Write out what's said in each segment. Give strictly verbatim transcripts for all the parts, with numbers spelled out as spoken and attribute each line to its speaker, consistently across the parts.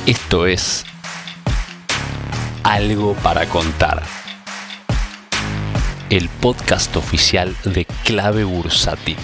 Speaker 1: Esto es Algo para Contar, el podcast oficial de Clave Bursátil.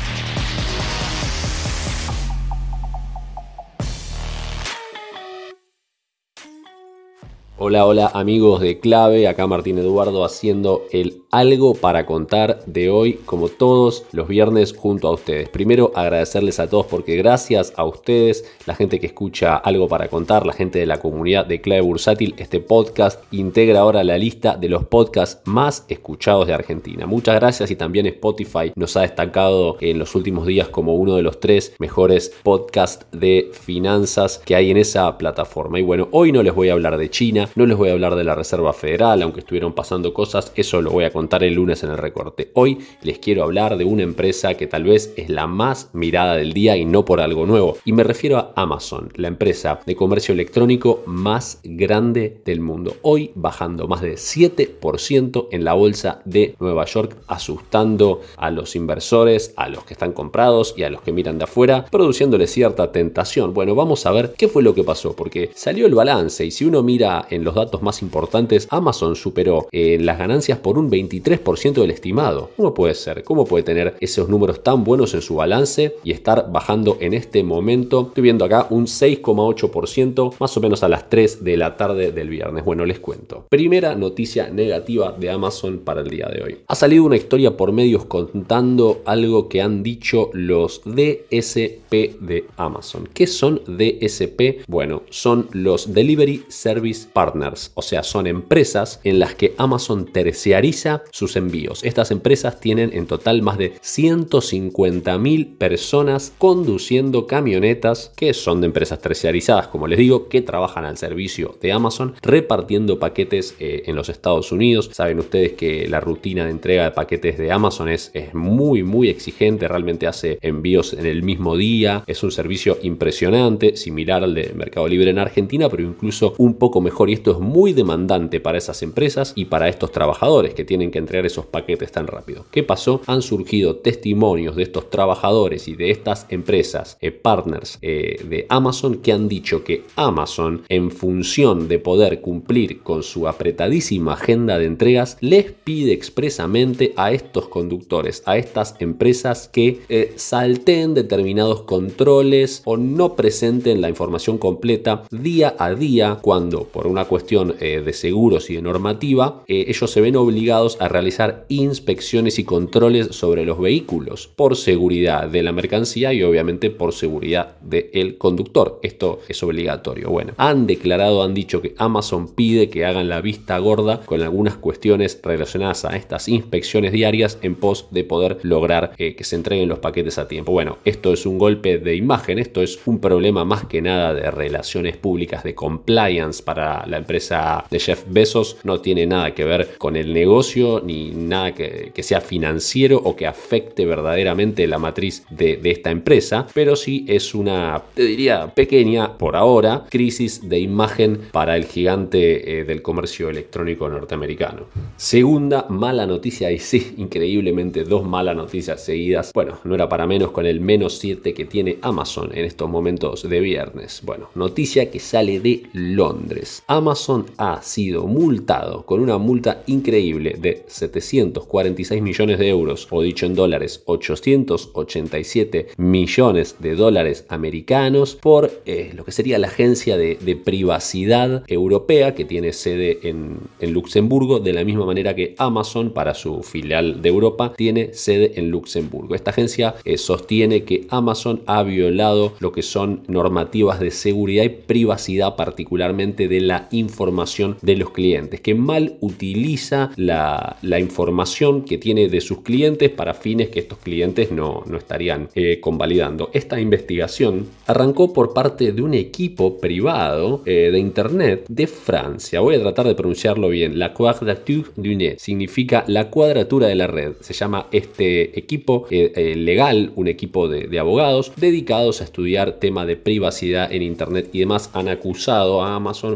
Speaker 2: Hola, hola amigos de Clave, acá Martín Eduardo haciendo el Algo para Contar de hoy, como todos los viernes junto a ustedes. Primero agradecerles a todos porque gracias a ustedes, la gente que escucha Algo para Contar, la gente de la comunidad de Clave Bursátil, este podcast integra ahora la lista de los podcasts más escuchados de Argentina. Muchas gracias, y también Spotify nos ha destacado en los últimos días como uno de los tres mejores podcasts de finanzas que hay en esa plataforma. Y bueno, hoy no les voy a hablar de China. No les voy a hablar de la Reserva Federal, aunque estuvieron pasando cosas, eso lo voy a contar el lunes en el recorte. Hoy les quiero hablar de una empresa que tal vez es la más mirada del día y no por algo nuevo. Y me refiero a Amazon, la empresa de comercio electrónico más grande del mundo. Hoy bajando más de siete por ciento en la bolsa de Nueva York, asustando a los inversores, a los que están comprados y a los que miran de afuera, produciéndole cierta tentación. Bueno, vamos a ver qué fue lo que pasó, porque salió el balance y si uno mira en los datos más importantes, Amazon superó eh, las ganancias por un veintitrés por ciento del estimado. ¿Cómo puede ser? ¿Cómo puede tener esos números tan buenos en su balance y estar bajando en este momento? Estoy viendo acá un seis coma ocho por ciento, más o menos a las tres de la tarde del viernes. Bueno, les cuento. Primera noticia negativa de Amazon para el día de hoy. Ha salido una historia por medios contando algo que han dicho los D S P de Amazon. ¿Qué son D S P? Bueno, son los Delivery Service Partners. O sea, son empresas en las que Amazon terciariza sus envíos. Estas empresas tienen en total más de ciento cincuenta mil personas conduciendo camionetas que son de empresas terciarizadas, como les digo, que trabajan al servicio de Amazon, repartiendo paquetes eh, en los Estados Unidos. Saben ustedes que la rutina de entrega de paquetes de Amazon es, es muy, muy exigente. Realmente hace envíos en el mismo día. Es un servicio impresionante, similar al de Mercado Libre en Argentina, pero incluso un poco mejor. Y esto es muy demandante para esas empresas y para estos trabajadores que tienen que entregar esos paquetes tan rápido. ¿Qué pasó? Han surgido testimonios de estos trabajadores y de estas empresas eh, partners eh, de Amazon que han dicho que Amazon, en función de poder cumplir con su apretadísima agenda de entregas, les pide expresamente a estos conductores, a estas empresas, que eh, salteen determinados controles o no presenten la información completa día a día cuando, por una cuestión eh, de seguros y de normativa, eh, ellos se ven obligados a realizar inspecciones y controles sobre los vehículos por seguridad de la mercancía y obviamente por seguridad del conductor. Esto es obligatorio. Bueno, han declarado, han dicho que Amazon pide que hagan la vista gorda con algunas cuestiones relacionadas a estas inspecciones diarias en pos de poder lograr eh, que se entreguen los paquetes a tiempo. Bueno, esto es un golpe de imagen, esto es un problema más que nada de relaciones públicas, de compliance para la empresa de Jeff Bezos. No tiene nada que ver con el negocio ni nada que, que sea financiero o que afecte verdaderamente la matriz de, de esta empresa, pero sí es una, te diría, pequeña por ahora crisis de imagen para el gigante eh, del comercio electrónico norteamericano. Segunda mala noticia, y sí, increíblemente dos malas noticias seguidas. Bueno, no era para menos con el menos siete que tiene Amazon en estos momentos de viernes. Bueno, noticia que sale de Londres. Amazon ha sido multado con una multa increíble de setecientos cuarenta y seis millones de euros, o dicho en dólares, ochocientos ochenta y siete millones de dólares americanos, por eh, lo que sería la Agencia de, de Privacidad Europea, que tiene sede en, en Luxemburgo, de la misma manera que Amazon, para su filial de Europa, tiene sede en Luxemburgo. Esta agencia eh, sostiene que Amazon ha violado lo que son normativas de seguridad y privacidad, particularmente de la información de los clientes, que mal utiliza la, la información que tiene de sus clientes para fines que estos clientes no, no estarían eh, convalidando. Esta investigación arrancó por parte de un equipo privado eh, de internet de Francia. Voy a tratar de pronunciarlo bien. La Quadrature du Net significa la cuadratura de la red. Se llama este equipo eh, eh, legal, un equipo de, de abogados dedicados a estudiar tema de privacidad en internet y demás. Han acusado a Amazon frente a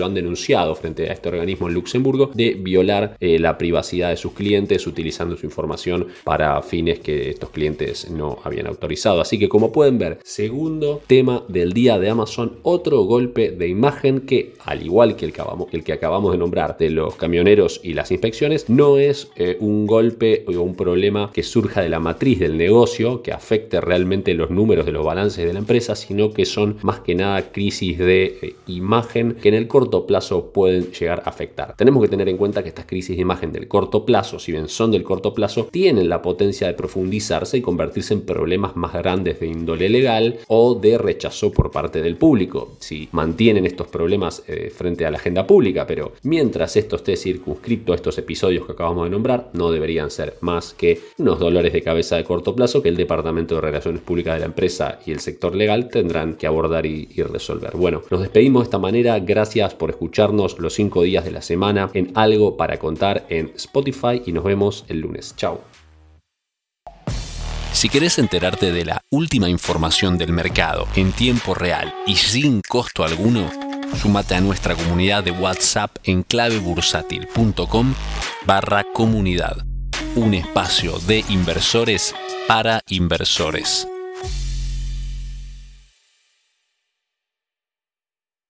Speaker 2: han denunciado frente a este organismo en Luxemburgo de violar eh, la privacidad de sus clientes utilizando su información para fines que estos clientes no habían autorizado. Así que, como pueden ver, segundo tema del día de Amazon, otro golpe de imagen que, al igual que el que acabamos, el que acabamos de nombrar de los camioneros y las inspecciones, no es eh, un golpe o un problema que surja de la matriz del negocio, que afecte realmente los números de los balances de la empresa, sino que son más que nada crisis de eh, imagen que en el corto plazo pueden llegar a afectar. Tenemos que tener en cuenta que estas crisis de imagen del corto plazo, si bien son del corto plazo, tienen la potencia de profundizarse y convertirse en problemas más grandes de índole legal o de rechazo por parte del público, si mantienen estos problemas eh, frente a la agenda pública. Pero mientras esto esté circunscripto a estos episodios que acabamos de nombrar, no deberían ser más que unos dolores de cabeza de corto plazo que el Departamento de Relaciones Públicas de la empresa y el sector legal tendrán que abordar y, y resolver. Bueno, nos despedimos de esta manera. Gracias por escucharnos los cinco días de la semana en Algo para Contar en Spotify y nos vemos el lunes. Chao.
Speaker 1: Si querés enterarte de la última información del mercado en tiempo real y sin costo alguno, súmate a nuestra comunidad de WhatsApp en clavebursátil.com barra comunidad. Un espacio de inversores para inversores.